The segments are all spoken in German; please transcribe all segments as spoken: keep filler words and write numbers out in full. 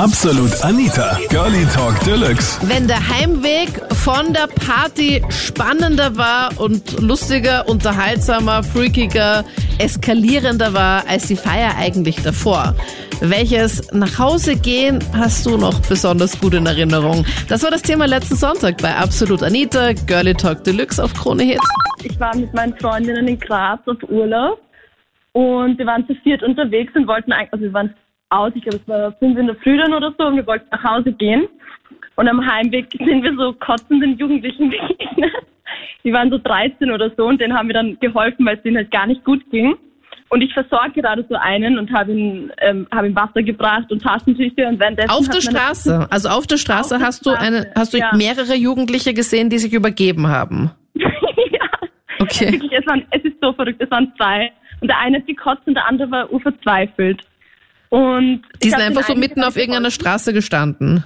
Absolut Anita, Girlie Talk Deluxe. Wenn der Heimweg von der Party spannender war und lustiger, unterhaltsamer, freakiger, eskalierender war als die Feier eigentlich davor. Welches Nachhausegehen hast du noch besonders gut in Erinnerung? Das war das Thema letzten Sonntag bei Absolut Anita, Girlie Talk Deluxe auf Krone Hit. Ich war mit meinen Freundinnen in Graz auf Urlaub und wir waren zu viert unterwegs und wollten eigentlich, also wir waren aus, ich glaube es war fünf in der Früh dann oder so und wir wollten nach Hause gehen und am Heimweg sind wir so kotzenden Jugendlichen begegnet. Die waren so dreizehn oder so und denen haben wir dann geholfen, weil es denen halt gar nicht gut ging. Und ich versorge gerade so einen und habe ihn, ähm, hab ihm Wasser gebracht und Taschentücher und währenddessen... Auf der Straße? Also auf der Straße auf hast der Straße. du eine, hast du ja. mehrere Jugendliche gesehen, die sich übergeben haben? Ja. Okay. Wirklich, es, waren, es ist so verrückt, es waren zwei. Und der eine hat gekotzt und der andere war urverzweifelt. Und die sind einfach so mitten auf irgendeiner Straße gestanden?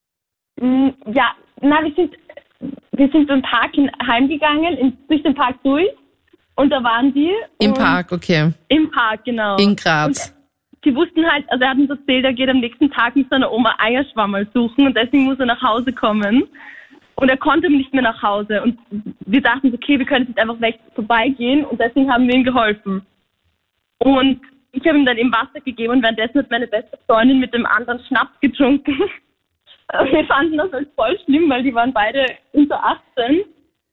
Ja, na, wir sind, wir sind im Park heimgegangen, in, durch den Park durch. Und da waren die. Im Park, okay. Im Park, genau. In Graz. Und die wussten halt, also er hat uns erzählt, er geht am nächsten Tag mit seiner Oma Eierschwammerl suchen und deswegen muss er nach Hause kommen. Und er konnte nicht mehr nach Hause. Und wir dachten, okay, wir können jetzt einfach weg vorbeigehen und deswegen haben wir ihm geholfen. Und ich habe ihm dann eben Wasser gegeben und währenddessen hat meine beste Freundin mit dem anderen Schnaps getrunken. Wir fanden das halt voll schlimm, weil die waren beide unter achtzehn.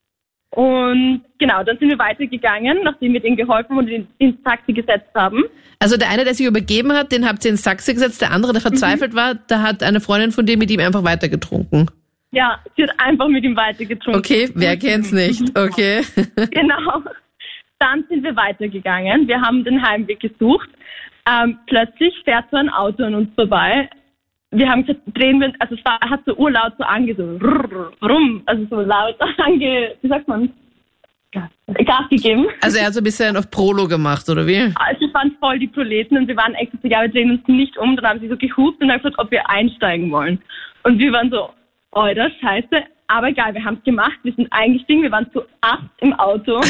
Und genau, dann sind wir weitergegangen, nachdem wir denen geholfen und ihn ins Taxi gesetzt haben. Also der eine, der sich übergeben hat, den habt ihr ins Taxi gesetzt, der andere, der verzweifelt mhm. war, da hat eine Freundin von dir mit ihm einfach weitergetrunken. Ja, sie hat einfach mit ihm weitergetrunken. Okay, wer kennt's nicht? Okay. Genau. Dann sind wir weitergegangen, wir haben den Heimweg gesucht. Ähm, plötzlich fährt so ein Auto an uns vorbei. Wir haben gesagt, drehen wir, also es war, hat so urlaut so ange, so rum, also so laut ange, wie sagt man, Gas gegeben. Also er hat so ein bisschen auf Prolo gemacht, oder wie? Also es waren voll die Proleten und wir waren extra so, ja, wir drehen uns nicht um. Dann haben sie so gehupt und haben gesagt, ob wir einsteigen wollen. Und wir waren so, Alter, scheiße, aber egal, wir haben es gemacht, wir sind eingestiegen, wir waren zu acht im Auto.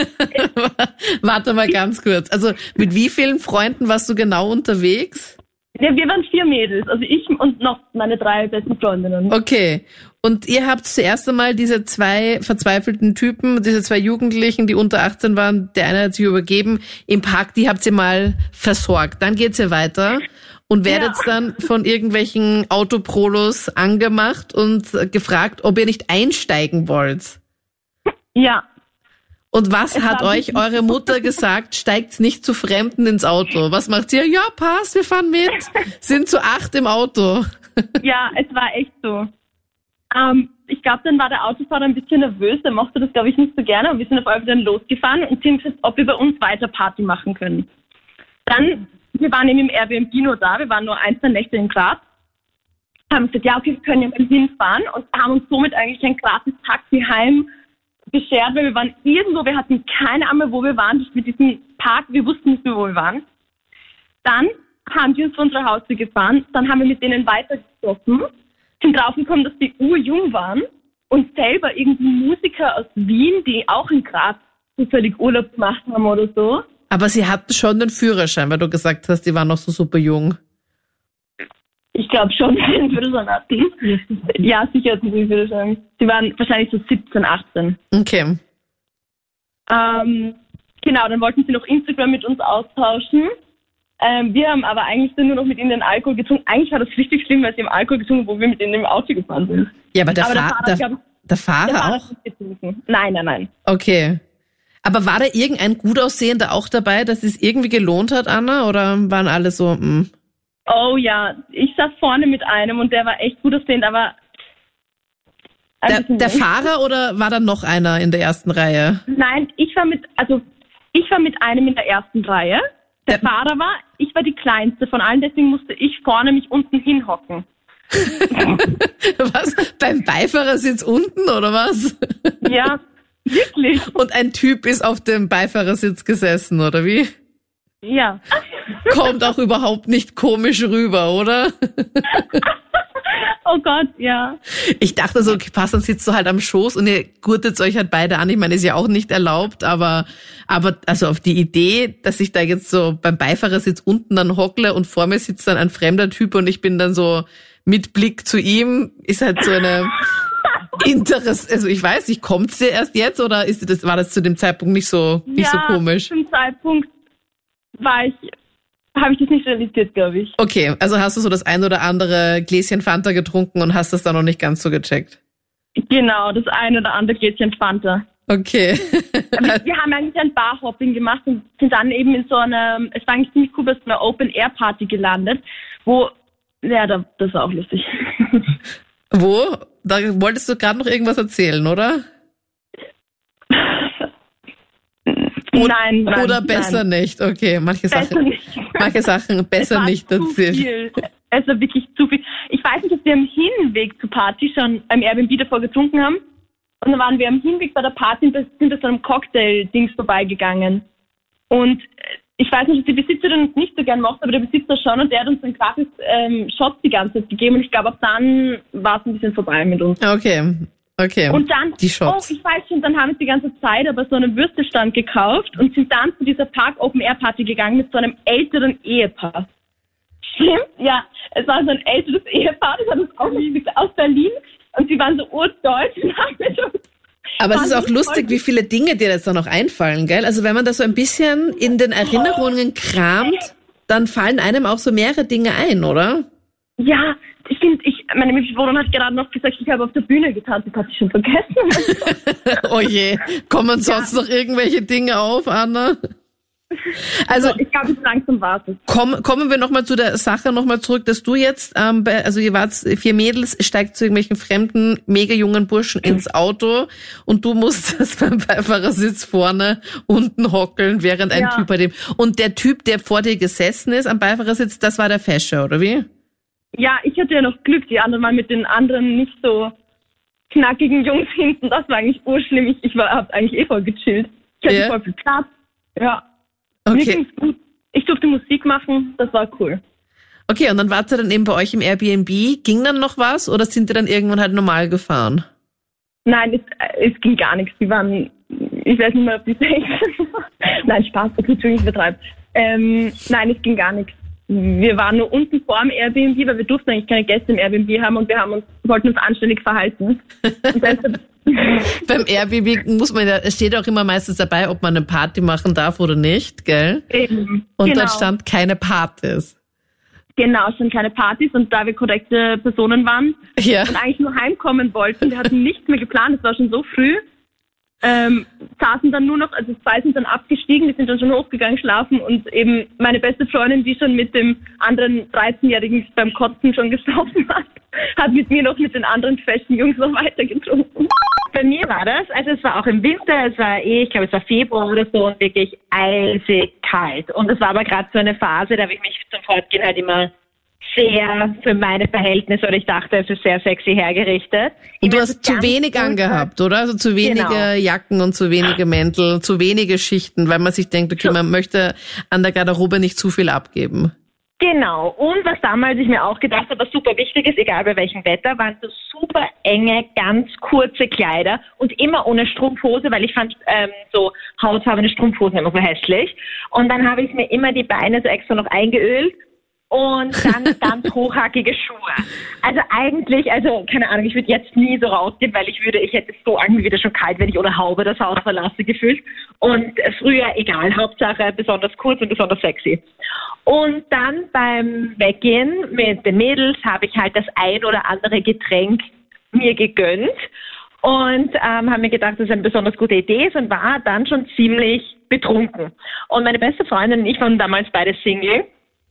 Warte mal ganz kurz, also mit wie vielen Freunden warst du genau unterwegs? Ja, wir waren vier Mädels, also ich und noch meine drei besten Freundinnen. Okay. Und ihr habt zuerst einmal diese zwei verzweifelten Typen, diese zwei Jugendlichen, die unter achtzehn waren, der eine hat sich übergeben, im Park, die habt ihr mal versorgt. Dann geht's ihr weiter und werdet ja. dann von irgendwelchen Autoprolos angemacht und gefragt, ob ihr nicht einsteigen wollt. Ja. Und was es hat euch eure Mutter gesagt? Steigt's nicht zu Fremden ins Auto. Was macht ihr? Ja, passt, wir fahren mit. Sind zu acht im Auto. Ja, es war echt so. Ähm, ich glaube, dann war der Autofahrer ein bisschen nervös. Der mochte das, glaube ich, nicht so gerne. Und wir sind auf einmal dann losgefahren und sind gefragt, ob wir bei uns weiter Party machen können. Dann, wir waren eben im Airbnb nur da. Wir waren nur ein, zwei Nächte in Graz. Haben gesagt, ja, okay, wir können ja mal hinfahren. Und haben uns somit eigentlich ein gratis Taxi heim beschert, weil wir waren irgendwo, wir hatten keine Ahnung mehr, wo wir waren, mit diesem Park, wir wussten nicht mehr, wo wir waren. Dann haben die uns von unserer Haustür gefahren, dann haben wir mit denen weitergetroffen, sind draufgekommen, dass die urjung waren und selber irgendwie Musiker aus Wien, die auch in Graz zufällig Urlaub gemacht haben oder so. Aber sie hatten schon den Führerschein, weil du gesagt hast, die waren noch so super jung. Ich glaube schon, dass sie einen Führerschein hatten. Ja, sicher hatten sie einen Führerschein. Sie waren wahrscheinlich so siebzehn, achtzehn. Okay. Ähm, genau, dann wollten sie noch Instagram mit uns austauschen. Ähm, wir haben aber eigentlich nur noch mit ihnen den Alkohol getrunken. Eigentlich war das richtig schlimm, weil sie im Alkohol getrunken, wo wir mit ihnen im Auto gefahren sind. Ja, aber der, aber Fahr- der, der, der, der Fahrer der Fahrer auch? Nein, nein, nein. Okay. Aber war da irgendein gut aussehender auch dabei, dass es irgendwie gelohnt hat, Anna? Oder waren alle so, mh? Oh ja, ich saß vorne mit einem und der war echt gut aussehend, aber... Der, der Fahrer oder war da noch einer in der ersten Reihe? Nein, ich war mit, also ich war mit einem in der ersten Reihe. Der, der Fahrer war, ich war die kleinste von allen, deswegen musste ich vorne mich unten hinhocken. Was? Beim Beifahrersitz unten oder was? Ja, wirklich. Und ein Typ ist auf dem Beifahrersitz gesessen, oder wie? Ja. Kommt auch überhaupt nicht komisch rüber, oder? Oh Gott, ja. Ich dachte so, okay, passt, dann sitzt du halt am Schoß und ihr gurtet euch halt beide an. Ich meine, ist ja auch nicht erlaubt, aber, aber, also auf die Idee, dass ich da jetzt so beim Beifahrersitz unten dann hockle und vor mir sitzt dann ein fremder Typ und ich bin dann so mit Blick zu ihm, ist halt so eine Interesse, also ich weiß nicht, kommt's dir erst jetzt oder ist das, war das zu dem Zeitpunkt nicht so, nicht ja, so komisch? Zum Zeitpunkt war ich, habe ich das nicht realisiert, glaube ich. Okay, also hast du so das ein oder andere Gläschen Fanta getrunken und hast das dann noch nicht ganz so gecheckt? Genau, das ein oder andere Gläschen Fanta. Okay. Aber wir haben eigentlich ein Barhopping gemacht und sind dann eben in so einer, es war eigentlich ziemlich cool, bei so einer Open-Air-Party gelandet, wo, ja, da, das war auch lustig. Wo? Da wolltest du gerade noch irgendwas erzählen, oder? O- nein, nein. Oder besser nein. nicht. Okay, manche Besser Sachen, nicht. manche Sachen besser Es war nicht zu erzählen. viel. Es war wirklich zu viel. Ich weiß nicht, ob wir am Hinweg zur Party schon am Airbnb davor getrunken haben. Und dann waren wir am Hinweg bei der Party und sind bei so einem Cocktail-Dings vorbeigegangen. Und ich weiß nicht, ob die Besitzerin uns nicht so gern macht, aber der Besitzer schon und der hat uns dann gratis ähm, Shots die ganze Zeit gegeben und ich glaube, ab dann war es ein bisschen vorbei mit uns. Okay, okay. Und dann, die Shots. oh, ich weiß schon, dann haben wir die ganze Zeit aber so einen Würstestand gekauft und sind dann zu dieser Park-Open-Air-Party gegangen mit so einem älteren Ehepaar. Stimmt? Ja, es war so ein älteres Ehepaar, das hat uns auch nicht aus Berlin und sie waren so urdeutsch und haben mit uns. Aber es ist auch lustig, wie viele Dinge dir jetzt da noch einfallen, gell? Also wenn man da so ein bisschen in den Erinnerungen kramt, dann fallen einem auch so mehrere Dinge ein, oder? Ja, ich finde, ich, meine Mitbewohnerin hat gerade noch gesagt, ich habe auf der Bühne getanzt, das hatte ich schon vergessen. Oh je, kommen sonst ja. noch irgendwelche Dinge auf, Anna? Also ich glaube, es langsam war es. Komm, kommen wir nochmal zu der Sache nochmal zurück, dass du jetzt, ähm, bei, also ihr wart vier Mädels, steigt zu irgendwelchen fremden, mega jungen Burschen ins Auto und du musstest beim Beifahrersitz vorne unten hockeln, während ein ja. Typ bei dem. Und der Typ, der vor dir gesessen ist am Beifahrersitz, das war der Fescher, oder wie? Ja, ich hatte ja noch Glück, die anderen mal mit den anderen nicht so knackigen Jungs hinten, das war eigentlich urschlimm. Ich, ich war, hab eigentlich eh voll gechillt. Ich hatte yeah. voll viel Platz. Ja. Okay. Mir ging's gut. Ich durfte Musik machen, das war cool. Okay, und dann wart ihr dann eben bei euch im Airbnb. Ging dann noch was oder sind ihr dann irgendwann halt normal gefahren? Nein, es, es ging gar nichts. Die waren, ich weiß nicht mehr, ob die sechzehn waren. Nein, Spaß, das ist wirklich übertreibt. Ähm, nein, es ging gar nichts. Wir waren nur unten vor dem Airbnb, weil wir durften eigentlich keine Gäste im Airbnb haben und wir haben uns, wollten uns anständig verhalten. Und dann beim Airbnb muss man ja, es steht auch immer meistens dabei, ob man eine Party machen darf oder nicht, gell? Eben. Und genau. dann stand keine Partys. Genau, es sind keine Partys und da wir korrekte Personen waren ja. und eigentlich nur heimkommen wollten, wir hatten nichts mehr geplant, es war schon so früh, ähm, saßen dann nur noch, also zwei sind dann abgestiegen, die sind dann schon hochgegangen schlafen und eben meine beste Freundin, die schon mit dem anderen dreizehnjährigen beim Kotzen schon gesoffen hat, hat mit mir noch mit den anderen festen Jungs noch weiter getrunken. Bei mir war das, also es war auch im Winter, es war eh, ich glaube es war Februar oder so und wirklich eisig kalt. Und es war aber gerade so eine Phase, da habe ich mich zum Fortgehen halt immer sehr für meine Verhältnisse, oder ich dachte, es ist sehr sexy hergerichtet. Und du hast zu wenig angehabt, oder? Also zu wenige genau. Jacken und zu wenige Mäntel, zu wenige Schichten, weil man sich denkt, okay, man möchte an der Garderobe nicht zu viel abgeben. Genau. Und was damals ich mir auch gedacht habe, was super wichtig ist, egal bei welchem Wetter, waren so super enge, ganz kurze Kleider und immer ohne Strumpfhose, weil ich fand ähm, so hautfarbene Strumpfhosen immer so hässlich. Und dann habe ich mir immer die Beine so extra noch eingeölt. Und dann ganz hochhackige Schuhe. Also eigentlich, also keine Ahnung, ich würde jetzt nie so rausgehen, weil ich würde, ich hätte so irgendwie wieder schon kalt, wenn ich ohne Haube das Haus verlasse, gefühlt. Und früher egal, Hauptsache besonders kurz und besonders sexy. Und dann beim Weggehen mit den Mädels habe ich halt das ein oder andere Getränk mir gegönnt und ähm, habe mir gedacht, das ist eine besonders gute Idee ist und war dann schon ziemlich betrunken. Und meine beste Freundin und ich waren damals beide Single.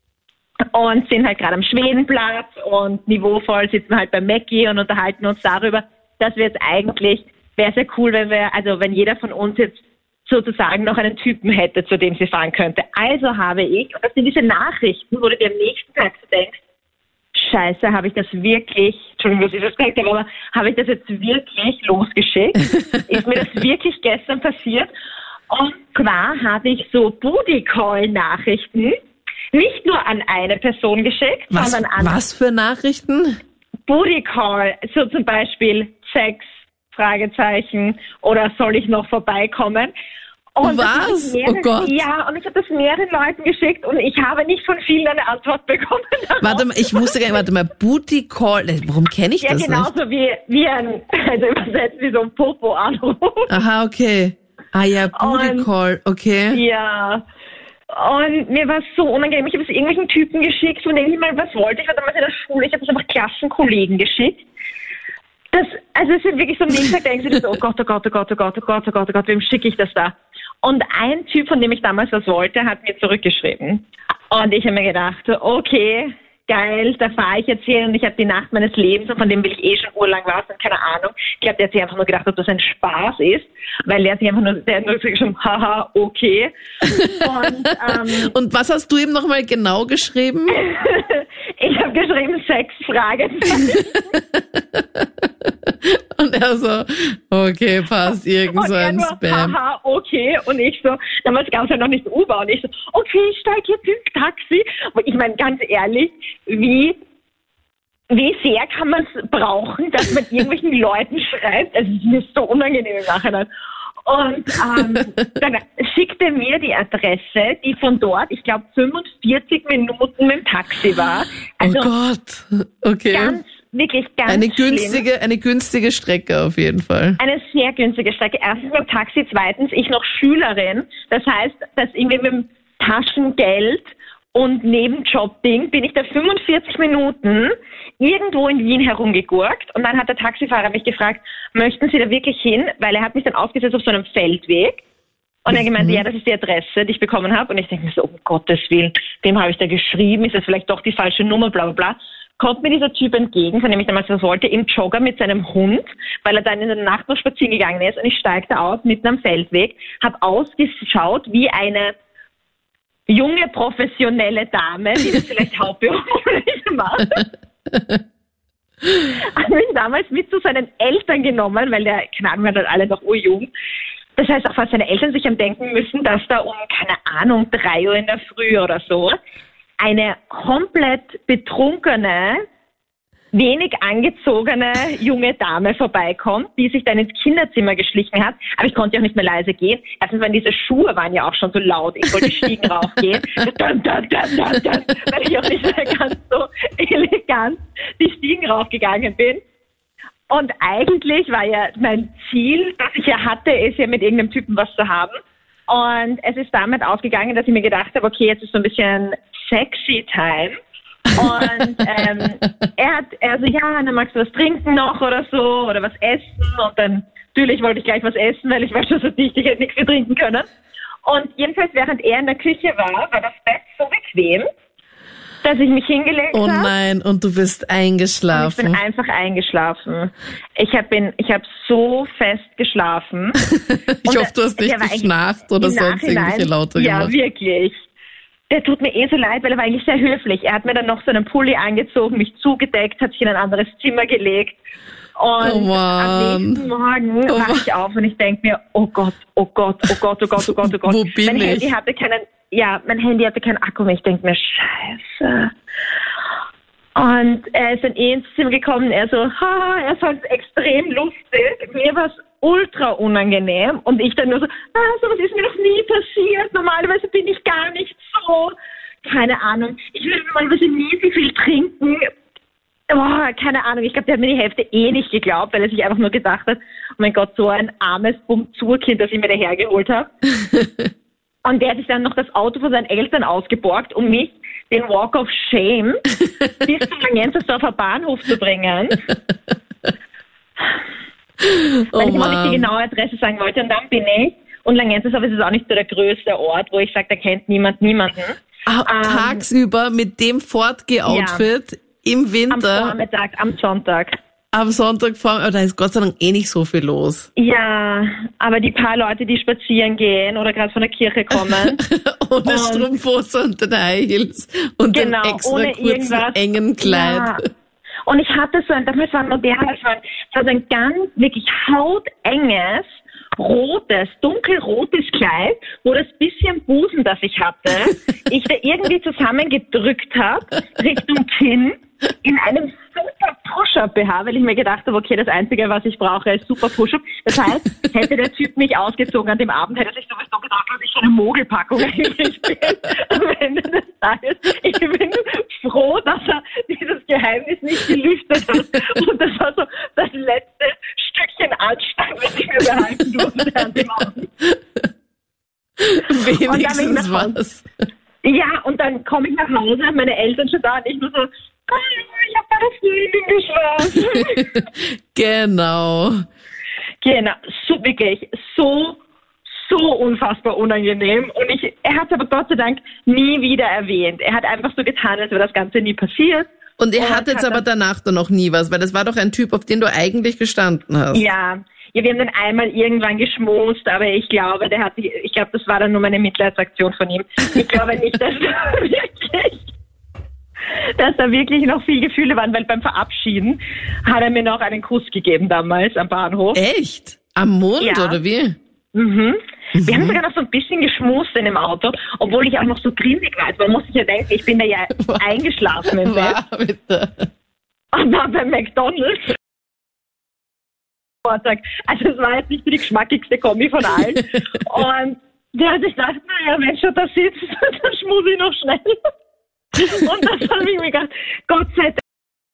Und sind halt gerade am Schwedenplatz und niveauvoll sitzen halt beim Mackie und unterhalten uns darüber, dass wir jetzt eigentlich, wäre sehr cool, wenn wir, also wenn jeder von uns jetzt sozusagen noch einen Typen hätte, zu dem sie fahren könnte. Also habe ich, und das sind diese Nachrichten, wo du dir am nächsten Tag so denkst, Scheiße, habe ich das wirklich, Entschuldigung, dass ich das gesagt habe, aber habe ich das jetzt wirklich losgeschickt? Ist mir das wirklich gestern passiert? Und zwar habe ich so Booty-Call-Nachrichten nicht nur an eine Person geschickt, was, sondern an... Was für Nachrichten? Booty Call, so zum Beispiel Sex, Fragezeichen, oder soll ich noch vorbeikommen? Und Was? Mehrere, oh Gott. Ja, und ich habe das mehreren Leuten geschickt und ich habe nicht von vielen eine Antwort bekommen. Warte mal, ich wusste gar nicht, warte mal, Booty Call, warum kenne ich ja, das genauso nicht? wie, wie ein, also übersetzt wie so ein Popo-Anruf. Aha, okay. Ah ja, Booty Und- Call, okay. Ja. Und mir war es so unangenehm. Ich habe es irgendwelchen Typen geschickt, von denen ich mal was wollte. Ich war damals in der Schule, ich habe es einfach Klassenkollegen geschickt. Das, also es sind wirklich so am nächsten Tag denken sie so, oh Gott, oh Gott, oh Gott, oh Gott, oh Gott, oh Gott, oh Gott, wem schicke ich das da? Und ein Typ, von dem ich damals was wollte, hat mir zurückgeschrieben. Und ich habe mir gedacht, okay, geil, da fahre ich jetzt hin und ich habe die Nacht meines Lebens und von dem will ich eh schon urlang was und keine Ahnung. Ich glaube, der hat sich einfach nur gedacht, ob das ein Spaß ist, weil der hat sich einfach nur, der hat nur geschrieben, haha, okay. Und, ähm, Und was hast du ihm nochmal genau geschrieben? ich habe geschrieben, Sex, Fragezeichen. Und er so, okay, passt, irgend Und so er ein nur, Spam. haha, okay. Und ich so, damals gab es ja noch nicht U-Bahn. Und ich so, okay, ich steige jetzt ins Taxi. Und ich meine, ganz ehrlich, wie, wie sehr kann man es brauchen, dass man irgendwelchen Leuten schreibt? Es ist mir so unangenehm im Nachhinein. Und ähm, dann schickte mir die Adresse, die von dort, ich glaube, fünfundvierzig Minuten mit dem Taxi war. Also oh Gott, okay. ganz, wirklich ganz Eine schlimm. günstige, eine günstige Strecke auf jeden Fall. Eine sehr günstige Strecke. Erstens beim Taxi, zweitens ich noch Schülerin. Das heißt, dass irgendwie mit dem Taschengeld und Nebenjob-Ding bin ich da fünfundvierzig Minuten irgendwo in Wien herumgegurkt. Und dann hat der Taxifahrer mich gefragt, möchten Sie da wirklich hin? Weil er hat mich dann aufgesetzt auf so einem Feldweg. Und er gemeint, ja, das ist die Adresse, die ich bekommen habe. Und ich denke mir so, um Gottes Willen, dem habe ich da geschrieben, ist das vielleicht doch die falsche Nummer, bla bla bla. Kommt mir dieser Typ entgegen, von dem ich damals was wollte, im Jogger mit seinem Hund, weil er dann in der Nacht noch spazieren gegangen ist. Und ich steige da aus, mitten am Feldweg, habe ausgeschaut wie eine junge, professionelle Dame, die das vielleicht hauptberuflich macht. Hat mich damals mit zu seinen Eltern genommen, weil der, keine Ahnung, wir waren alle noch urjung. Das heißt, auch fast seine Eltern sich haben denken müssen, dass da um, keine Ahnung, drei Uhr in der Früh oder so eine komplett betrunkene, wenig angezogene junge Dame vorbeikommt, die sich dann ins Kinderzimmer geschlichen hat. Aber ich konnte ja auch nicht mehr leise gehen. Erstens waren diese Schuhe waren ja auch schon so laut. Ich wollte Stiegen raufgehen. Dun, dun, dun, dun, dun, weil ich auch nicht mehr ganz so elegant die Stiegen raufgegangen bin. Und eigentlich war ja mein Ziel, das ich ja hatte, ist ja mit irgendeinem Typen was zu haben. Und es ist damit ausgegangen, dass ich mir gedacht habe, okay, jetzt ist so ein bisschen sexy time. Und ähm, er hat, er so, ja, dann magst du was trinken noch oder so oder was essen. Und dann, natürlich wollte ich gleich was essen, weil ich war schon so dicht, ich hätte nichts mehr trinken können. Und jedenfalls, während er in der Küche war, war das Bett so bequem, dass ich mich hingelegt habe. Oh nein, und du bist eingeschlafen. Ich bin einfach eingeschlafen. Ich habe bin, ich habe so fest geschlafen. Ich Und hoffe, du hast der- nicht der war geschnarcht oder im sonst Nachhinein- irgendwelche Laute ja, gemacht. Ja, wirklich. Der tut mir eh so leid, weil er war eigentlich sehr höflich. Er hat mir dann noch so einen Pulli angezogen, mich zugedeckt, hat sich in ein anderes Zimmer gelegt. Und Oh Mann. am nächsten Morgen Oh wache ich auf und ich denke mir, oh Gott, oh Gott, oh Gott, oh Gott, oh Gott, oh Gott. Wo bin mein ich? Handy hatte keinen, ja, mein Handy hatte keinen Akku mehr. Ich denke mir, scheiße. Und er ist dann eh ins Zimmer gekommen, er so, ha, er fand es extrem lustig. Mir war es ultra unangenehm und ich dann nur so, ah, sowas ist mir noch nie passiert. Normalerweise bin ich gar nicht so. Keine Ahnung. Ich will normalerweise nie so viel trinken. Oh, keine Ahnung. Ich glaube, der hat mir die Hälfte eh nicht geglaubt, weil er sich einfach nur gedacht hat, oh mein Gott, so ein armes Bumzurkind, das ich mir dahergeholt habe. Und der hat sich dann noch das Auto von seinen Eltern ausgeborgt, um mich den Walk of Shame bis zum Langenzersdorfer Bahnhof zu bringen. Oh Weil ich auch nicht Mann. die genaue Adresse sagen wollte. Und dann bin ich, und Langenzersdorf ist auch nicht so der größte Ort, wo ich sage, da kennt niemand niemanden. Ah, Ähm, tagsüber mit dem Fortgeh-Outfit im Am Winter, Vormittag, am Sonntag. am Sonntag vor, aber da ist Gott sei Dank eh nicht so viel los. Ja, aber die paar Leute, die spazieren gehen oder gerade von der Kirche kommen, Ohne Und- Strumpfhose und den High Heels und genau, den extra ohne kurzen, irgendwas. engen Kleid. Ja. Und ich hatte so ein, damals war ein modernes, war ein, es war so ein ganz wirklich hautenges, rotes, dunkelrotes Kleid, wo das bisschen Busen, das ich hatte, ich da irgendwie zusammengedrückt habe, Richtung Kinn, in einem super Push-Up-B H, weil ich mir gedacht habe, okay, das Einzige, was ich brauche, ist super Push-Up. Das heißt, hätte der Typ mich ausgezogen an dem Abend, hätte er sich sowieso gedacht, dass ich so eine Mogelpackung eigentlich bin. Am Ende des Tages, ich bin froh, dass er dieses Geheimnis nicht gelüftet hat. Und das war so das letzte Stückchen Anstand, was ich mir behalten durfte an dem Abend. Wenigstens was. Ja, und dann komme ich nach Hause, meine Eltern schon da und ich nur so, hallo, ich habe bei der Freundin geschlafen. Genau. Genau, so wirklich, so, so unfassbar unangenehm. Und ich, er hat es aber Gott sei Dank nie wieder erwähnt. Er hat einfach so getan, als wäre das Ganze nie passiert. Und er hat jetzt hat aber danach dann noch nie was, weil das war doch ein Typ, auf den du eigentlich gestanden hast. Ja. Ja, wir haben dann einmal irgendwann geschmust, aber ich glaube, der hat, ich glaube, das war dann nur meine Mitleidsaktion von ihm. Ich glaube nicht, dass da wirklich, dass da wirklich noch viel Gefühle waren, weil beim Verabschieden hat er mir noch einen Kuss gegeben damals am Bahnhof. Echt? Am Mund Ja. oder wie? Mhm. Mhm. Wir haben sogar noch so ein bisschen geschmust in dem Auto, obwohl ich auch noch so grimmig war. Also man muss sich ja denken, ich bin da ja eingeschlafen im Bett War, bitte. und war beim McDonald's. Also es war jetzt nicht die geschmackigste Kombi von allen. Und der hat sich gedacht, naja, wenn schon da sitzt, dann schmuse ich noch schnell. Und das habe ich mir gedacht, Gott sei Dank,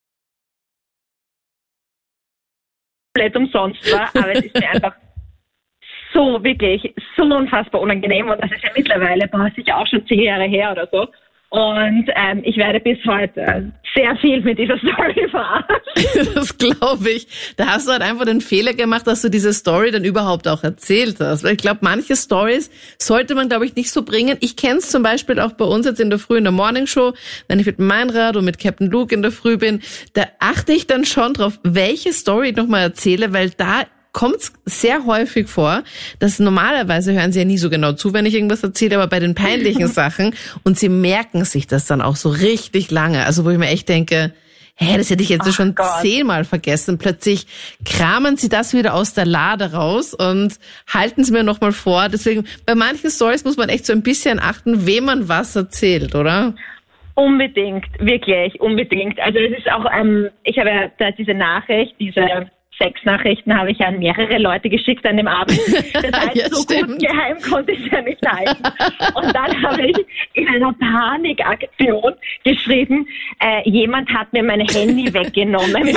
komplett umsonst war, aber es ist mir einfach so, wirklich, so unfassbar unangenehm. Und das ist ja mittlerweile, boah, sicher auch schon zehn Jahre her oder so. Und ähm, ich werde bis heute sehr viel mit dieser Story verarscht. Das glaube ich. Da hast du halt einfach den Fehler gemacht, dass du diese Story dann überhaupt auch erzählt hast. Weil ich glaube, manche Stories sollte man, glaube ich, nicht so bringen. Ich kenne es zum Beispiel auch bei uns jetzt in der Früh in der Morningshow, wenn ich mit Meinrad und mit Captain Luke in der Früh bin, da achte ich dann schon drauf, welche Story ich nochmal erzähle, weil da kommt es sehr häufig vor, dass normalerweise hören sie ja nie so genau zu, wenn ich irgendwas erzähle, aber bei den peinlichen Sachen und sie merken sich das dann auch so richtig lange. Also wo ich mir echt denke, hä, das hätte ich jetzt Ach schon Gott. zehnmal vergessen. Plötzlich kramen sie das wieder aus der Lade raus und halten es mir nochmal vor. Deswegen, bei manchen Stories muss man echt so ein bisschen achten, wem man was erzählt, oder? Unbedingt, wirklich, unbedingt. Also es ist auch, ähm, ich habe ja da diese Nachricht, diese Sexnachrichten habe ich an mehrere Leute geschickt an dem Abend. Das heißt, Ja, so stimmt. gut geheim konnte ich ja nicht halten. Und dann habe ich in einer Panikaktion geschrieben, äh, jemand hat mir mein Handy weggenommen.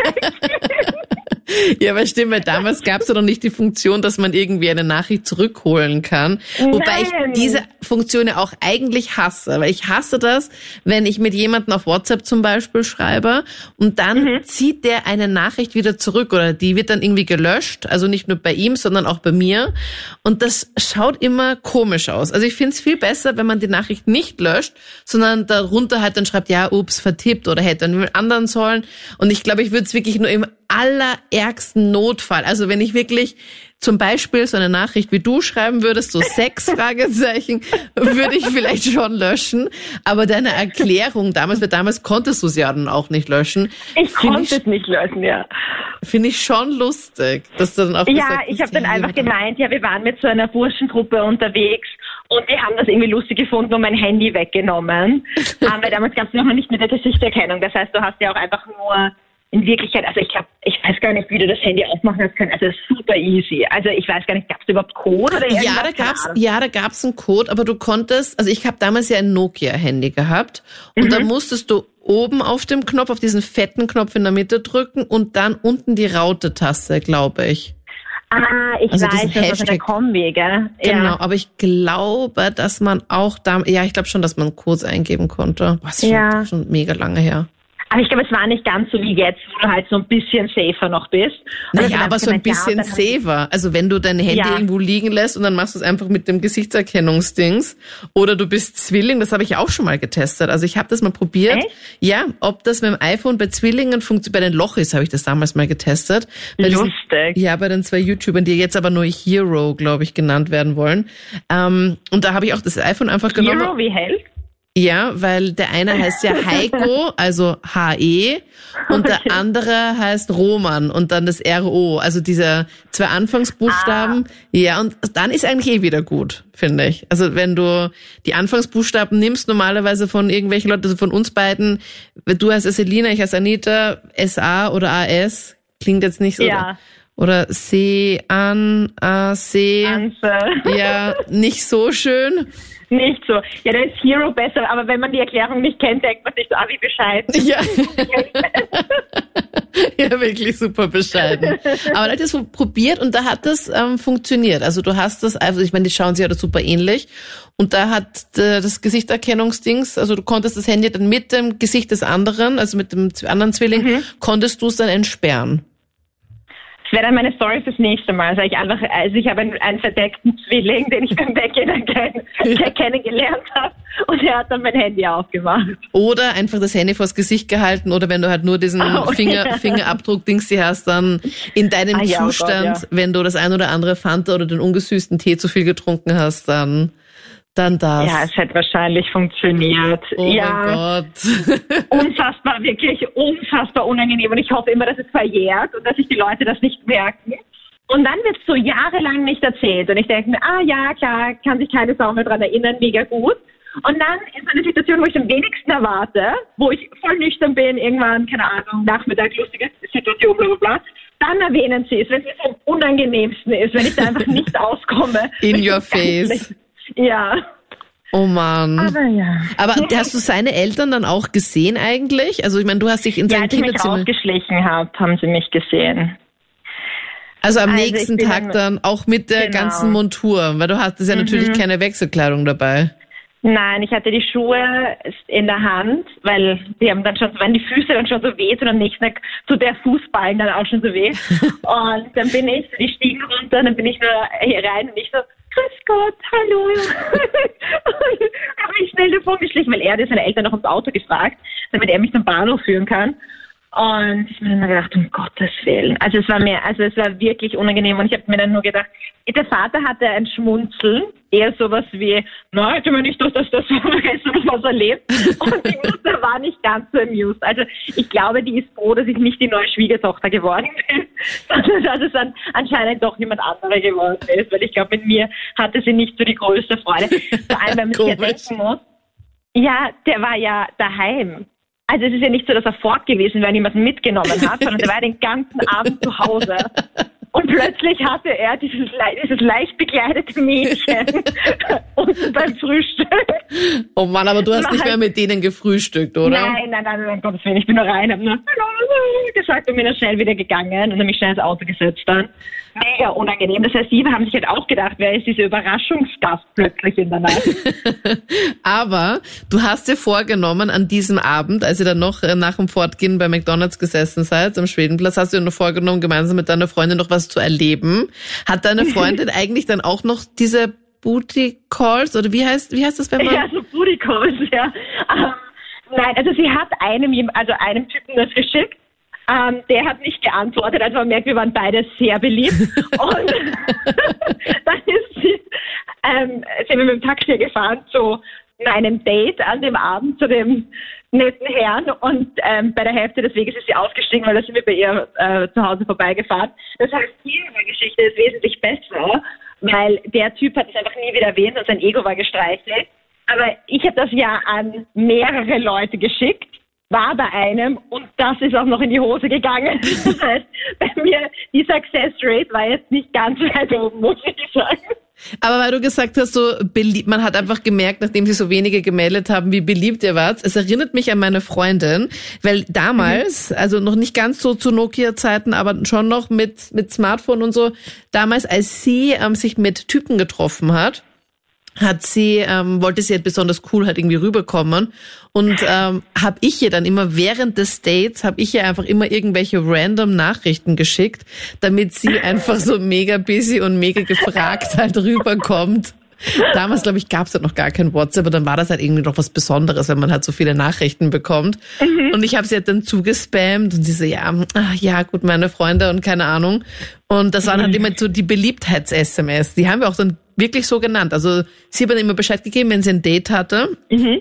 Ja, aber stimmt, weil damals gab es ja noch nicht die Funktion, dass man irgendwie eine Nachricht zurückholen kann. Wobei Nein. ich diese Funktion ja auch eigentlich hasse. Weil ich hasse das, wenn ich mit jemandem auf WhatsApp zum Beispiel schreibe und dann Mhm. zieht der eine Nachricht wieder zurück oder die wird dann irgendwie gelöscht. Also nicht nur bei ihm, sondern auch bei mir. Und das schaut immer komisch aus. Also ich finde es viel besser, wenn man die Nachricht nicht löscht, sondern darunter halt dann schreibt, ja, ups, vertippt oder hätte dann mit anderen sollen. Und ich glaube, ich würde es wirklich nur im allerärgsten Notfall, also wenn ich wirklich zum Beispiel so eine Nachricht wie du schreiben würdest, so sechs Fragezeichen, würde ich vielleicht schon löschen. Aber deine Erklärung damals, weil damals konntest du es ja dann auch nicht löschen. Ich Find konnte es nicht lösen, ja. Finde ich schon lustig, dass du dann auch Ja, gesagt ich habe hast, dann ja, einfach jemand- gemeint, ja, wir waren mit so einer Burschengruppe unterwegs und die haben das irgendwie lustig gefunden und mein Handy weggenommen. ähm, weil damals gab es noch nicht mit der Gesichtserkennung. Das heißt, du hast ja auch einfach nur in Wirklichkeit, also ich glaube, ich weiß gar nicht, wie du das Handy aufmachen hast können. Also es ist super easy. Also ich weiß gar nicht, gab es überhaupt Code oder irgendwas? Ja, da Keine gab's, Ahnung. ja, da gab's einen Code, aber du konntest, also ich habe damals ja ein Nokia-Handy gehabt und Mhm. da musstest du oben auf dem Knopf, auf diesen fetten Knopf in der Mitte drücken und dann unten die Raute-Taste, glaube ich. Ah, ich Also weiß, diesen das war so eine Hashtag. Kombi, gell? Genau, Ja. aber ich glaube, dass man auch da, ja, ich glaube schon, dass man Codes eingeben konnte. Was schon, Ja. schon mega lange her. Aber ich glaube, es war nicht ganz so wie jetzt, wo du halt so ein bisschen safer noch bist. Und Naja, dann aber hab ich so ein gemeint, ja, bisschen dann hab ich- safer. Also wenn du dein Handy Ja. irgendwo liegen lässt und dann machst du es einfach mit dem Gesichtserkennungsdings oder du bist Zwilling, das habe ich auch schon mal getestet. Also ich habe das mal probiert. Echt? Ja, ob das mit dem iPhone bei Zwillingen funktioniert. Bei den Lochis habe ich das damals mal getestet. Bei diesen- Lustig. Ja, bei den zwei YouTubern, die jetzt aber nur Hero, glaube ich, genannt werden wollen. Ähm, und da habe ich auch das iPhone einfach genommen. Hero wie Held? Ja, weil der eine heißt ja Heiko, also H E, und der Okay. andere heißt Roman und dann das R O, also diese zwei Anfangsbuchstaben. Ah. Ja, und dann ist eigentlich eh wieder gut, finde ich. Also wenn du die Anfangsbuchstaben nimmst, normalerweise von irgendwelchen Leuten, also von uns beiden, du heißt Selina, ich heiße Anita, S A oder A S, klingt jetzt nicht so. Ja. Oder C, An, A, C. Anse. Ja, nicht so schön. Nicht so. Ja, da ist Hero besser, aber wenn man die Erklärung nicht kennt, denkt man sich so, ah, wie bescheiden. Ja. Ja, wirklich super bescheiden. Aber du hast das probiert und da hat das ähm, funktioniert. Also du hast das, also ich meine, die schauen sich ja super ähnlich. Und da hat äh, das Gesichterkennungsdings, also du konntest das Handy dann mit dem Gesicht des anderen, also mit dem anderen Zwilling, Mhm. konntest du es dann entsperren. Das wäre dann meine Story fürs nächste Mal. Also ich einfach, also ich habe einen, einen verdeckten Zwilling, den ich beim Weggehen dann kenn, kennengelernt habe, und er hat dann mein Handy aufgemacht. Oder einfach das Handy vors Gesicht gehalten oder wenn du halt nur diesen Oh, Finger, ja. Fingerabdruck-Dings die hast, dann in deinem Ah, ja, oh Gott, Zustand, ja. wenn du das ein oder andere Fanta oder den ungesüßten Tee zu viel getrunken hast, dann, dann das. Ja, es hätte wahrscheinlich funktioniert. Oh ja, mein Gott. unfassbar, wirklich unfassbar unangenehm. Und ich hoffe immer, dass es verjährt und dass sich die Leute das nicht merken. Und dann wird es so jahrelang nicht erzählt. Und ich denke mir, ah ja, klar, kann sich keine Sau mehr dran erinnern, mega gut. Und dann ist eine Situation, wo ich am wenigsten erwarte, wo ich voll nüchtern bin, irgendwann, keine Ahnung, Nachmittag, lustige Situation, bla bla bla. Dann erwähnen sie es, wenn es am unangenehmsten ist, wenn ich da einfach nicht auskomme. In Wenn ich your das ganz face. schlecht- Ja. Oh Mann. Aber ja. Aber hast du seine Eltern dann auch gesehen eigentlich? Also ich meine, du hast dich in Ja, sein als ich mich Kinderzimmer... rausgeschlichen habe, haben sie mich gesehen. Also am Also ich nächsten bin Tag dann- dann auch mit der Genau. ganzen Montur, weil du hattest ja natürlich keine Wechselkleidung dabei. Nein, ich hatte die Schuhe in der Hand, weil die haben dann schon, wenn die Füße dann schon so weh, und am nächsten Tag tut der Fußballen dann auch schon so weh. Und dann bin ich die Stiegen runter, dann bin ich nur hier rein und ich so, grüß Gott, hallo. Und habe mich schnell davon geschlichen, weil er hat seine Eltern noch ums Auto gefragt, damit er mich zum Bahnhof führen kann. Und ich habe mir dann gedacht, um Gottes Willen. Also es war mir, also es war wirklich unangenehm und ich habe mir dann nur gedacht, der Vater hatte ein Schmunzeln, eher sowas wie, na, hätte man nicht durch das, das was erlebt. Und die Mutter war nicht ganz so amused. Also ich glaube, die ist froh, dass ich nicht die neue Schwiegertochter geworden bin, sondern dass es dann anscheinend doch jemand anderer geworden ist, weil ich glaube, mit mir hatte sie nicht so die größte Freude. Vor allem, wenn man sich ja Komisch. denken muss, ja, der war ja daheim. Also es ist ja nicht so, dass er fort gewesen wäre und jemanden mitgenommen hat, sondern der war den ganzen Abend zu Hause. Und plötzlich hatte er dieses, le- dieses leicht bekleidete Mädchen unten beim Frühstück. Oh Mann, aber du hast Nein. nicht mehr mit denen gefrühstückt, oder? Nein, nein, nein, um Gottes Willen. Ich bin nur rein, habe nur Hallo gesagt und bin dann schnell wieder gegangen und habe mich schnell ins Auto gesetzt dann. Mega unangenehm. Das heißt, sie haben sich halt auch gedacht, wer ist dieser Überraschungsgast plötzlich in der Nacht. Aber du hast dir vorgenommen, an diesem Abend, als ihr dann noch äh, nach dem Fortgehen bei McDonald's gesessen seid, am Schwedenplatz, hast du dir noch vorgenommen, gemeinsam mit deiner Freundin noch was zu erleben. Hat deine Freundin eigentlich dann auch noch diese Booty Calls, oder wie heißt, wie heißt das, wenn man... Ja, so Booty Calls, ja. Ähm, nein, also sie hat einem, jem- also einem Typen das geschickt. Ähm, der hat nicht geantwortet, also man merkt, wir waren beide sehr beliebt. Und dann ist sie, ähm, sind wir mit dem Taxi gefahren zu einem Date an dem Abend zu dem netten Herrn und ähm, bei der Hälfte des Weges ist sie ausgestiegen, weil da sind wir bei ihr äh, zu Hause vorbeigefahren. Das heißt, ihre Geschichte ist wesentlich besser, weil der Typ hat es einfach nie wieder erwähnt und sein Ego war gestreichelt. Aber ich habe das ja an mehrere Leute geschickt, war bei einem und das ist auch noch in die Hose gegangen. Das heißt, bei mir die Success Rate war jetzt nicht ganz weit oben, muss ich sagen. Aber weil du gesagt hast, so beliebt, man hat einfach gemerkt, nachdem sie so wenige gemeldet haben, wie beliebt ihr wart. Es erinnert mich an meine Freundin, weil damals, mhm. also noch nicht ganz so zu Nokia-Zeiten, aber schon noch mit mit Smartphone und so, damals, als sie ähm, sich mit Typen getroffen hat, hat sie, ähm, wollte sie halt besonders cool halt irgendwie rüberkommen und ähm, habe ich ihr dann immer während des Dates, habe ich ihr einfach immer irgendwelche random Nachrichten geschickt, damit sie einfach so mega busy und mega gefragt halt rüberkommt. Damals, glaube ich, gab es halt noch gar kein WhatsApp, aber dann war das halt irgendwie noch was Besonderes, wenn man halt so viele Nachrichten bekommt. Mhm. Und ich habe sie halt dann zugespammt und sie so, ja, ach, ja, gut, meine Freunde und keine Ahnung. Und das waren halt immer so die Beliebtheits-S M S. Die haben wir auch dann wirklich so genannt. Also sie hat dann immer Bescheid gegeben, wenn sie ein Date hatte. Mhm.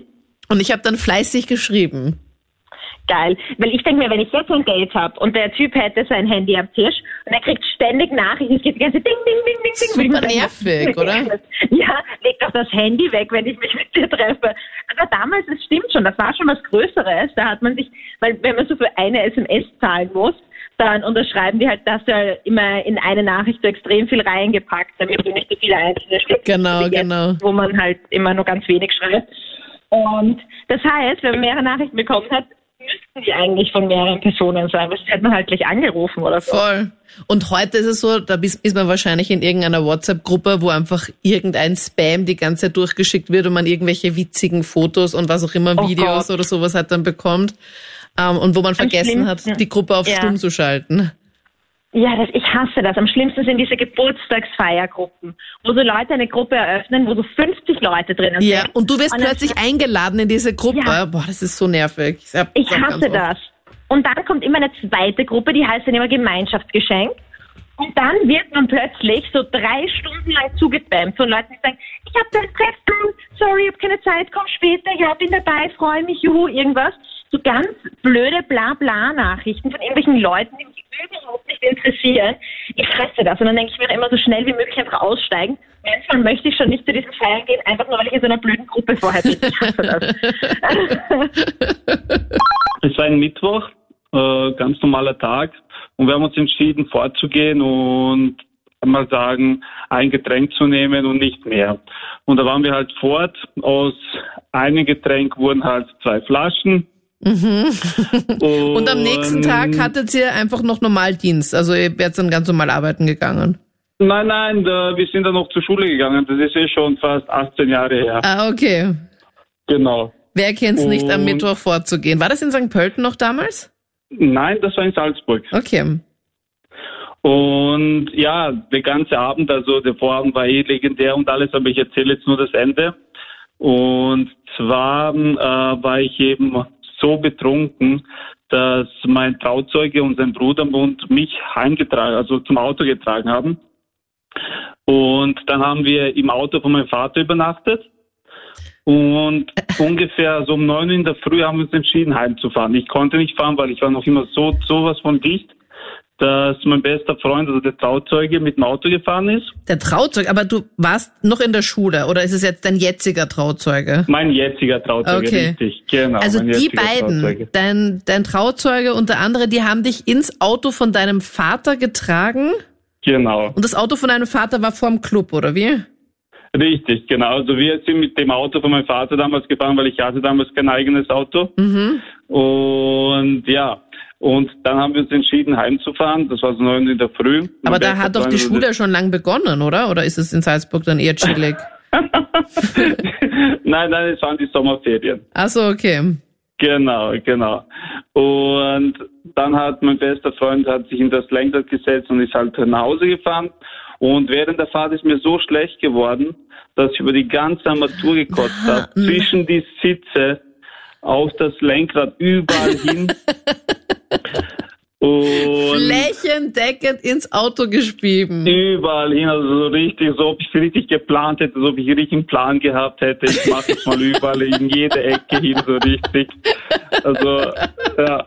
Und ich habe dann fleißig geschrieben. Geil. Weil ich denke mir, wenn ich jetzt ein Date habe und der Typ hätte sein Handy am Tisch und er kriegt ständig Nachrichten, es geht die ganze Ding, Ding, Ding, Ding, Ding. Super nervig, oder? Ja, leg doch das Handy weg, wenn ich mich mit dir treffe. Aber damals, es stimmt schon, das war schon was Größeres. Da hat man sich, weil wenn man so für eine S M S zahlen muss, dann unterschreiben die halt, dass du immer in eine Nachricht so extrem viel reingepackt, damit du nicht so viele einzelne Stücke Genau, genau. Wo man halt immer nur ganz wenig schreibt. Und das heißt, wenn man mehrere Nachrichten bekommen hat, müssten die eigentlich von mehreren Personen sein. Das hätte man halt gleich angerufen oder so. Voll. Und heute ist es so, da ist man wahrscheinlich in irgendeiner WhatsApp-Gruppe, wo einfach irgendein Spam die ganze Zeit durchgeschickt wird und man irgendwelche witzigen Fotos und was auch immer, Oh Videos Gott. oder sowas halt dann bekommt. Ähm, und wo man vergessen hat, die Gruppe auf Ja. stumm zu schalten. Ja, das, ich hasse das. Am schlimmsten sind diese Geburtstagsfeiergruppen, wo so Leute eine Gruppe eröffnen, wo so fünfzig Leute drinnen Ja, sind. und du wirst Und dann- plötzlich eingeladen in diese Gruppe. Ja. Boah, das ist so nervig. Ich, hab Ich das auch hasse ganz das. Und dann kommt immer eine zweite Gruppe, die heißt dann immer Gemeinschaftsgeschenk. Und dann wird man plötzlich so drei Stunden lang zugespammt von Leuten, die sagen, ich habe das Treffen, sorry, ich habe keine Zeit, komm später, ja, bin dabei, freue mich, juhu, irgendwas. So ganz blöde Blabla-Nachrichten von irgendwelchen Leuten, die mich überhaupt nicht interessieren. Ich fresse das. Und dann denke ich mir immer so schnell wie möglich einfach aussteigen. Manchmal möchte ich schon nicht zu diesen Feiern gehen, einfach nur, weil ich in so einer blöden Gruppe vorher bin. Ich hasse das. Es war ein Mittwoch, äh, ganz normaler Tag, und wir haben uns entschieden, vorzugehen und mal sagen, ein Getränk zu nehmen und nicht mehr. Und da waren wir halt fort. Aus einem Getränk wurden halt zwei Flaschen. Mhm. und, Und am nächsten Tag hattet ihr einfach noch Normaldienst. Also ihr wärt dann ganz normal arbeiten gegangen. Nein, nein, da, wir sind dann noch zur Schule gegangen. Das ist ja schon fast achtzehn Jahre her. Ah, okay. Genau. Wer kennt's nicht, am Und- Mittwoch vorzugehen? War das in Sankt Pölten noch damals? Nein, das war in Salzburg. Okay. Und ja, der ganze Abend, also der Vorabend war eh legendär und alles, aber ich erzähle jetzt nur das Ende. Und zwar äh, war ich eben so betrunken, dass mein Trauzeuge und sein Bruder und mich heimgetragen, also zum Auto getragen haben. Und dann haben wir im Auto von meinem Vater übernachtet. Und ungefähr so um neun Uhr in der Früh haben wir uns entschieden, heimzufahren. Ich konnte nicht fahren, weil ich war noch immer so sowas von dicht, dass mein bester Freund, also der Trauzeuge, mit dem Auto gefahren ist. Der Trauzeug, aber du warst noch in der Schule oder ist es jetzt dein jetziger Trauzeuge? Mein jetziger Trauzeuge, Okay. richtig, genau. Also mein die jetziger beiden, Trauzeuge. dein, dein Trauzeuge und der andere, die haben dich ins Auto von deinem Vater getragen Genau, und das Auto von deinem Vater war vorm Club, oder wie? richtig, genau. Also wir sind mit dem Auto von meinem Vater damals gefahren, weil ich hatte damals kein eigenes Auto. Mhm. Und ja, und dann haben wir uns entschieden, heimzufahren. Das war so neun Uhr in der Früh. Aber Mein da bester hat doch die Freund- Schule schon lang begonnen, oder? Oder ist es in Salzburg dann eher chillig? Nein, nein, es waren die Sommerferien. Ach so, okay. Genau, genau. Und dann hat mein bester Freund hat sich in das Lenkrad gesetzt und ist halt nach Hause gefahren. Und während der Fahrt ist mir so schlecht geworden, dass ich über die ganze Armatur gekotzt habe. Zwischen die Sitze, auf das Lenkrad, überall hin. Und Flächendeckend ins Auto gespieben. überall hin, also so richtig, so ob ich es richtig geplant hätte, so ob ich richtig einen Plan gehabt hätte. Ich mache es mal überall in jede Ecke hin, so richtig. Also, ja.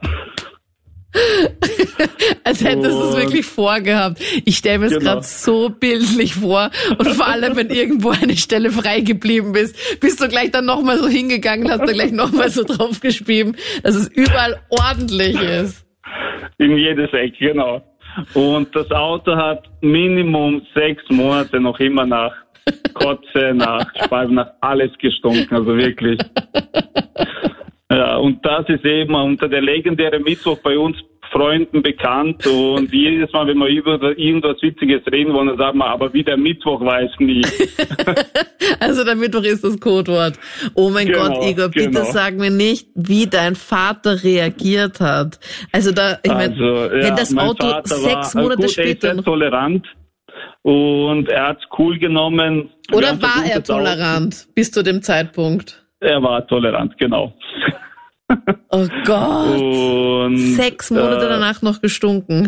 Als hättest du es Und- wirklich vorgehabt. Ich stelle mir es Genau. gerade so bildlich vor. Und vor allem, wenn irgendwo eine Stelle frei geblieben ist, bist du gleich dann nochmal so hingegangen, hast da gleich nochmal so drauf geschrieben, dass es überall ordentlich ist. In jedes Eck, genau. Und das Auto hat Minimum sechs Monate noch immer nach Kotze, nach Schwalben, nach alles gestunken, also wirklich. Ja, und das ist eben unter der legendäre Mittwoch bei uns Freunden bekannt und jedes Mal, wenn wir über irgendwas Witziges reden wollen, dann sagen wir, aber wie der Mittwoch weiß nie. Also der Mittwoch ist das Codewort. Oh mein Genau, Gott, Igor, bitte genau. sag mir nicht, wie dein Vater reagiert hat. Also da, ich meine, Also, ja, wenn das mein Auto Vater sechs war, Monate gut, später er ist noch, sehr tolerant und er hat's cool genommen. Wir oder haben war versucht, er das auch- tolerant bis zu dem Zeitpunkt? Er war tolerant, genau. Oh Gott. Und Sechs Monate äh, danach noch gestunken.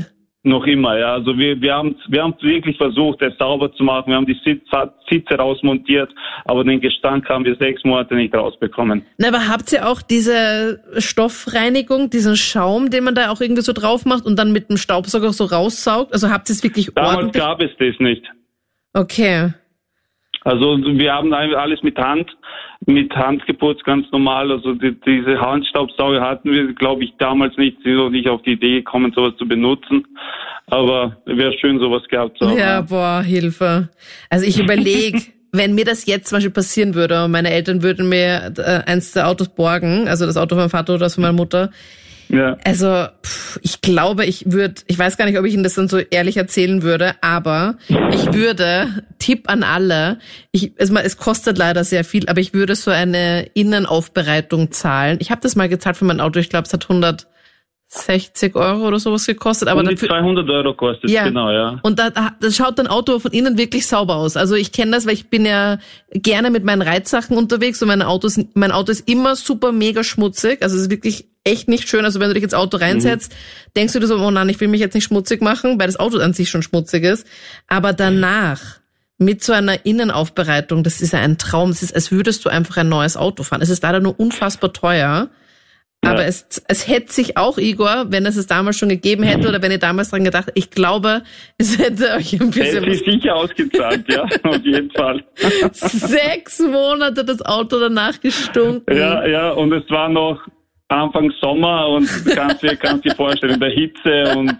Noch immer, ja. Also wir, wir haben wir haben wirklich versucht, es sauber zu machen. Wir haben die Sitz, Sitze rausmontiert, aber den Gestank haben wir sechs Monate nicht rausbekommen. Na, aber habt ihr auch diese Stoffreinigung, diesen Schaum, den man da auch irgendwie so drauf macht und dann mit dem Staubsauger so raussaugt? Also habt ihr es wirklich Damals ordentlich? gab es das nicht. Okay. Also wir haben alles mit Hand, mit Hand geputzt, ganz normal. Also die, diese Handstaubsauger hatten wir, glaube ich, damals nicht, sind noch nicht auf die Idee gekommen, sowas zu benutzen. Aber wäre schön, sowas gehabt zu haben. Ja, boah, Hilfe. Also ich überlege, wenn mir das jetzt zum Beispiel passieren würde und meine Eltern würden mir äh, eins der Autos borgen, also das Auto von meinem Vater oder das von meiner Mutter. Ja. Also pff, ich glaube, ich würde, ich weiß gar nicht, ob ich Ihnen das dann so ehrlich erzählen würde, aber ich würde, Tipp an alle, ich, es, es kostet leider sehr viel, aber ich würde so eine Innenaufbereitung zahlen. Ich habe das mal gezahlt für mein Auto, ich glaube, es hat hundertsechzig Euro oder sowas gekostet. Aber um die dafür, zweihundert Euro kostet, ja. Genau, ja. Und da, das schaut dein Auto von innen wirklich sauber aus. Also ich kenne das, weil ich bin ja gerne mit meinen Reitsachen unterwegs und mein Auto ist, mein Auto ist immer super mega schmutzig. Also es ist wirklich echt nicht schön. Also wenn du dich ins Auto reinsetzt, mhm. denkst du dir so, oh nein, ich will mich jetzt nicht schmutzig machen, weil das Auto an sich schon schmutzig ist. Aber danach, mit so einer Innenaufbereitung, das ist ja ein Traum. Es ist, als würdest du einfach ein neues Auto fahren. Es ist leider nur unfassbar teuer. Aber ja. es, es hätte sich auch, Igor, wenn es es damals schon gegeben hätte oder wenn ihr damals dran gedacht hättet, ich glaube, es hätte euch ein bisschen... Es ist sicher ausgezahlt, ja, auf jeden Fall. Sechs Monate das Auto danach gestunken. Ja, ja, und es war noch Anfang Sommer und kannst dir, kannst dir vorstellen, in der Hitze und...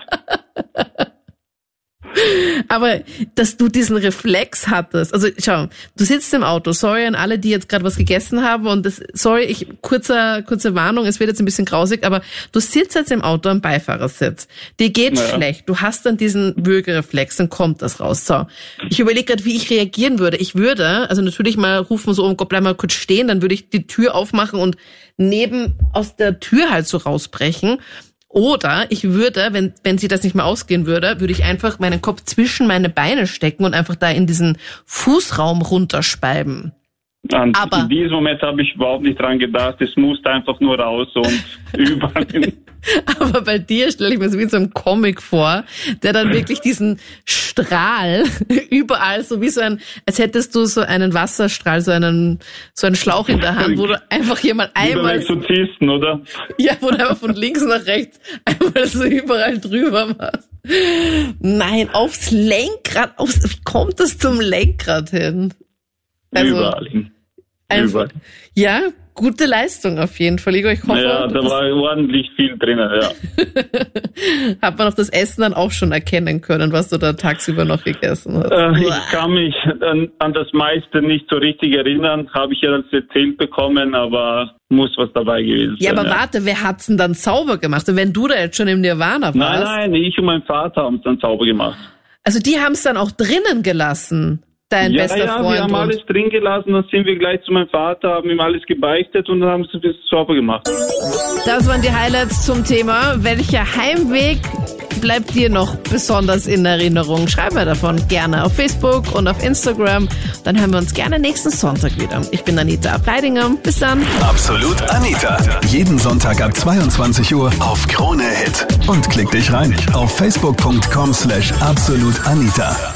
Aber dass du diesen Reflex hattest, also schau, du sitzt im Auto, sorry an alle, die jetzt gerade was gegessen haben und das, sorry, ich kurzer kurze Warnung, es wird jetzt ein bisschen grausig, aber du sitzt jetzt im Auto am Beifahrersitz, dir geht's naja. schlecht, du hast dann diesen Würgereflex, dann kommt das raus. So, ich überlege gerade, wie ich reagieren würde. Ich würde, also natürlich mal rufen so, oh Gott, bleib mal kurz stehen, dann würde ich die Tür aufmachen und neben aus der Tür halt so rausbrechen. Oder ich würde, wenn wenn sie das nicht mehr ausgehen würde, würde ich einfach meinen Kopf zwischen meine Beine stecken und einfach da in diesen Fußraum runterspeiben. Und aber in diesem Moment habe ich überhaupt nicht dran gedacht. Es musste einfach nur raus und überall hin. Aber bei dir stelle ich mir so wie so ein Comic vor, der dann wirklich diesen Strahl überall, so wie so ein, als hättest du so einen Wasserstrahl, so einen, so einen Schlauch in der Hand, wo du einfach hier mal einmal... Wie beim Exorzisten, oder? Ja, wo du einfach von links nach rechts einmal so überall drüber machst. Nein, aufs Lenkrad, aufs, wie kommt das zum Lenkrad hin? Also, überall hin. Einfach, überall. Ja, gute Leistung auf jeden Fall, Igor. Ich hoffe, ja, da war ordentlich viel drinnen, ja. Hat man auch das Essen dann auch schon erkennen können, was du da tagsüber noch gegessen hast? Äh, ich kann mich an, an das meiste nicht so richtig erinnern. Habe ich ja das erzählt bekommen, aber muss was dabei gewesen sein. Ja, aber ja. warte, wer hat's denn dann sauber gemacht? Und wenn du da jetzt schon im Nirvana warst? Nein, nein, ich und mein Vater haben es dann sauber gemacht. Also die haben es dann auch drinnen gelassen? Dein ja, bester ja, Freund wir haben alles drin gelassen, dann sind wir gleich zu meinem Vater, haben ihm alles gebeichtet und dann haben sie es sauber gemacht. Das waren die Highlights zum Thema. Welcher Heimweg bleibt dir noch besonders in Erinnerung? Schreib mir davon gerne auf Facebook und auf Instagram. Dann hören wir uns gerne nächsten Sonntag wieder. Ich bin Anita Ableidinger. Bis dann. Absolut Anita. Jeden Sonntag ab zweiundzwanzig Uhr auf Krone Hit. Und klick dich rein auf facebook punkt com slash absolutanita.